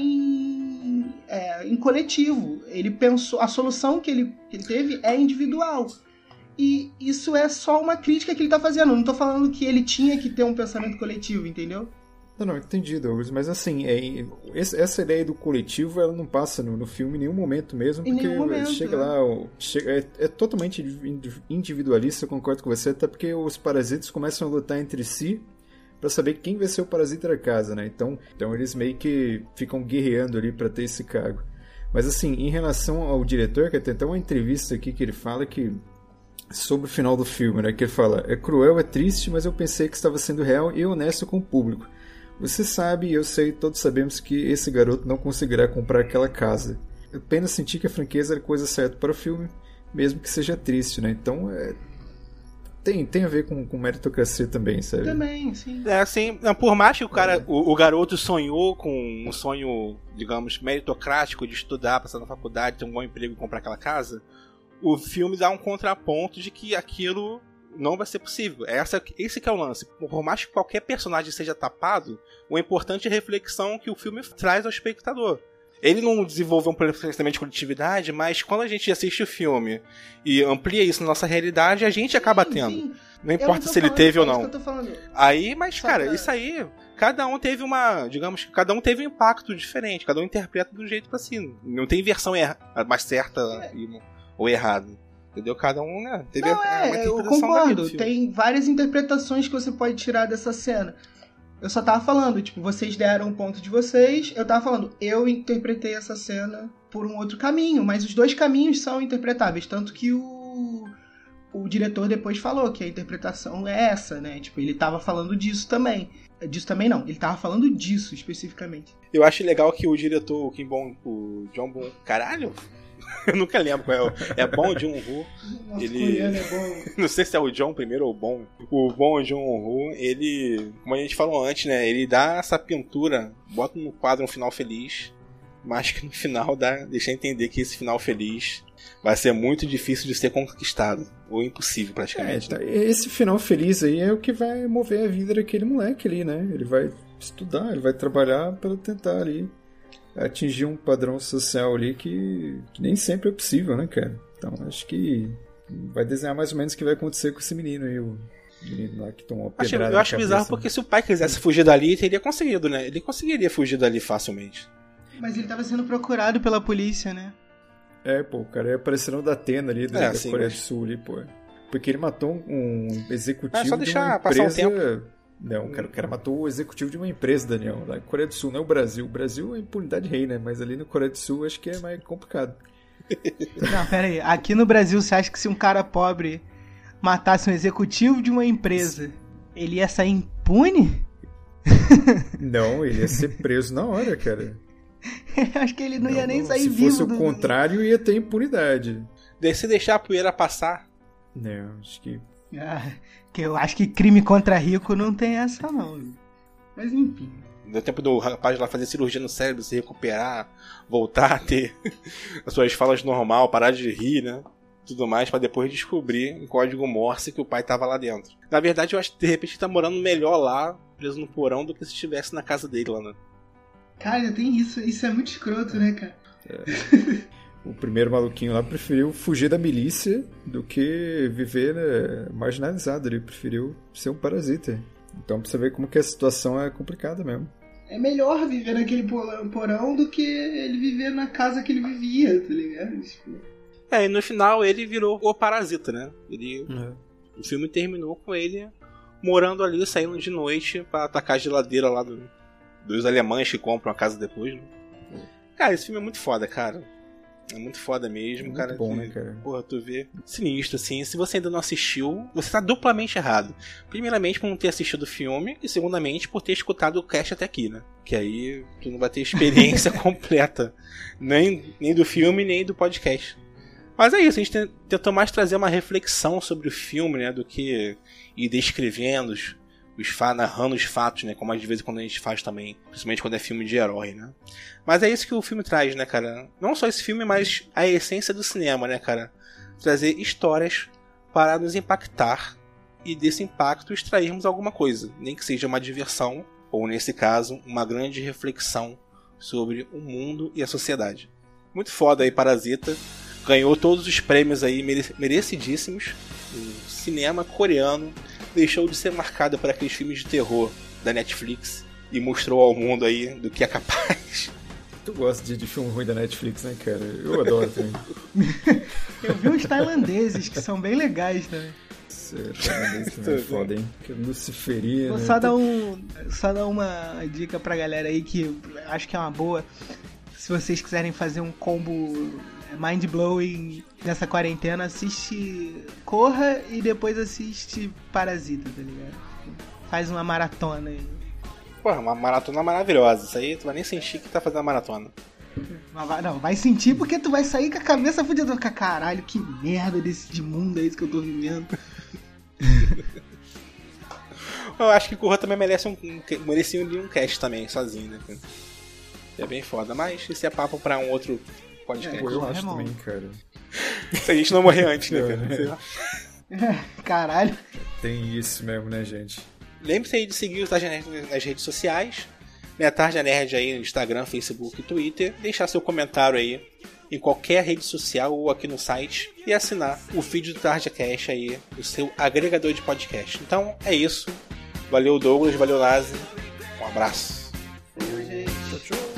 em coletivo. Ele pensou, a solução que ele teve é individual. E isso é só uma crítica que ele tá fazendo. Eu não tô falando que ele tinha que ter um pensamento coletivo, entendeu? Não, entendi, Douglas. Mas assim, essa ideia do coletivo, ela não passa no filme em nenhum momento mesmo, porque chega lá, é totalmente individualista, eu concordo com você, até porque os parasitas começam a lutar entre si pra saber quem vai ser o parasita da casa, né? Então eles meio que ficam guerreando ali pra ter esse cargo. Mas assim, em relação ao diretor, que tem até uma entrevista aqui que ele fala que sobre o final do filme, né? Que ele fala: é cruel, é triste, mas eu pensei que estava sendo real e honesto com o público. Você sabe, eu sei, todos sabemos que esse garoto não conseguirá comprar aquela casa. Eu apenas senti que a franqueza era coisa certa para o filme, mesmo que seja triste, né? Então, tem a ver com meritocracia também, sabe? Também, sim. Assim, por mais que o garoto sonhou com um sonho, digamos, meritocrático de estudar, passar na faculdade, ter um bom emprego e comprar aquela casa, o filme dá um contraponto de que aquilo não vai ser possível. Esse que é o lance. Por mais que qualquer personagem seja tapado, o importante é a reflexão que o filme traz ao espectador. Ele não desenvolveu um pensamento de coletividade, mas quando a gente assiste o filme e amplia isso na nossa realidade, a gente acaba tendo. Sim. Não importa se ele teve ou não. Aí, mas cara, isso aí, cada um teve cada um teve um impacto diferente, cada um interpreta do jeito pra si. Não tem versão mais certa ou errada. Entendeu? Cada um, né? Teve uma interpretação. Eu concordo. Tem várias interpretações que você pode tirar dessa cena. Eu só tava falando, tipo, vocês deram o ponto de vocês, eu tava falando, eu interpretei essa cena por um outro caminho, mas os dois caminhos são interpretáveis, tanto que o diretor depois falou que a interpretação é essa, né? Tipo, ele tava falando disso também. Disso também não, ele tava falando disso especificamente. Eu acho legal que o diretor, o John Bong... Caralho! Eu nunca lembro qual é Bong Joon-ho. Ele é bom. Não sei se é o John primeiro ou o Bong. O Bong Joon-ho, ele, como a gente falou antes, né, ele dá essa pintura, bota no quadro um final feliz, mas que no final deixa entender que esse final feliz vai ser muito difícil de ser conquistado, ou impossível praticamente. Esse final feliz aí é o que vai mover a vida daquele moleque ali, né? Ele vai estudar, ele vai trabalhar para tentar ali atingir um padrão social ali que nem sempre é possível, né, cara? Então acho que vai desenhar mais ou menos o que vai acontecer com esse menino aí, o menino lá que tomou uma pedrada. Eu acho bizarro porque se o pai quisesse fugir dali, ele teria conseguido, né? Ele conseguiria fugir dali facilmente. Mas ele tava sendo procurado pela polícia, né? O cara ia aparecer no Datena ali, da Coreia do Sul ali, pô. Porque ele matou um executivo só deixar de uma passar empresa... um tempo. Não, o cara matou o executivo de uma empresa, Daniel, lá na Coreia do Sul, não é o Brasil. O Brasil é impunidade rei, né? Mas ali na Coreia do Sul acho que é mais complicado. Não, pera aí. Aqui no Brasil, você acha que se um cara pobre matasse um executivo de uma empresa, ele ia sair impune? Não, ele ia ser preso na hora, cara. Acho que ele não ia nem sair vivo. Se fosse o contrário, ia ter impunidade. Se deixar a poeira passar. Não, acho que... que eu acho que crime contra rico não tem essa, não. Mas enfim. Deu tempo do rapaz lá fazer cirurgia no cérebro, se recuperar, voltar a ter as suas falas normal, parar de rir, né? Tudo mais, pra depois descobrir um código Morse que o pai tava lá dentro. Na verdade, eu acho que de repente ele tá morando melhor lá, preso no porão, do que se estivesse na casa dele lá, né? Cara, tem isso. Isso é muito escroto, né, cara? O primeiro maluquinho lá preferiu fugir da milícia do que viver, né, marginalizado. Ele preferiu ser um parasita. Então pra você ver como que a situação é complicada mesmo. É melhor viver naquele porão do que ele viver na casa que ele vivia, tá ligado? E no final ele virou o parasita, né? O filme terminou com ele morando ali, saindo de noite pra atacar a geladeira lá dos alemães que compram a casa depois, né? Cara, esse filme é muito foda, cara. É muito foda mesmo, Muito cara. bom, né, cara? Porra, tu vê. Sinistro, assim. Se você ainda não assistiu, você tá duplamente errado. Primeiramente, por não ter assistido o filme. E segundamente, por ter escutado o cast até aqui, né? Que aí tu não vai ter experiência completa. Nem do filme, nem do podcast. Mas é isso, a gente tentou mais trazer uma reflexão sobre o filme, né? Do que ir descrevendo narrando os fatos, né? Como de vez em quando a gente faz também, principalmente quando é filme de herói, né? Mas é isso que o filme traz, né, cara? Não só esse filme, mas a essência do cinema, né, cara? Trazer histórias para nos impactar e desse impacto extrairmos alguma coisa, nem que seja uma diversão ou, nesse caso, uma grande reflexão sobre o mundo e a sociedade. Muito foda aí, Parasita. Ganhou todos os prêmios aí merecidíssimos. O cinema coreano deixou de ser marcado por aqueles filmes de terror da Netflix e mostrou ao mundo aí do que é capaz. Tu gosta de filme ruim da Netflix, né, cara? Eu adoro também. Eu vi uns tailandeses que são bem legais também. Sério, tailandês também é foda, hein? Luciferina. Vou só dar uma dica pra galera aí que acho que é uma boa. Se vocês quiserem fazer um combo mind-blowing nessa quarentena, assiste Corra e depois assiste Parasita, tá ligado? Faz uma maratona aí. Porra, uma maratona maravilhosa. Isso aí tu vai nem sentir que tá fazendo a maratona. Não, vai sentir porque tu vai sair com a cabeça fudida. Caralho, que merda de mundo é isso que eu tô vivendo. Eu acho que Corra também merecia um cast também, sozinho, né? É bem foda, mas isso é papo pra um outro podcast. Pô, eu acho também, cara. Se a gente não morrer antes, né, cara? Caralho. Tem isso mesmo, né, gente? Lembre-se aí de seguir o Tarja Nerd nas redes sociais, né? Tarja Nerd aí no Instagram, Facebook e Twitter. Deixar seu comentário aí em qualquer rede social ou aqui no site. E assinar o feed do Tarja Cash aí, o seu agregador de podcast. Então é isso. Valeu, Douglas. Valeu, Nazi. Um abraço. Tchau, gente. Tchau, tchau.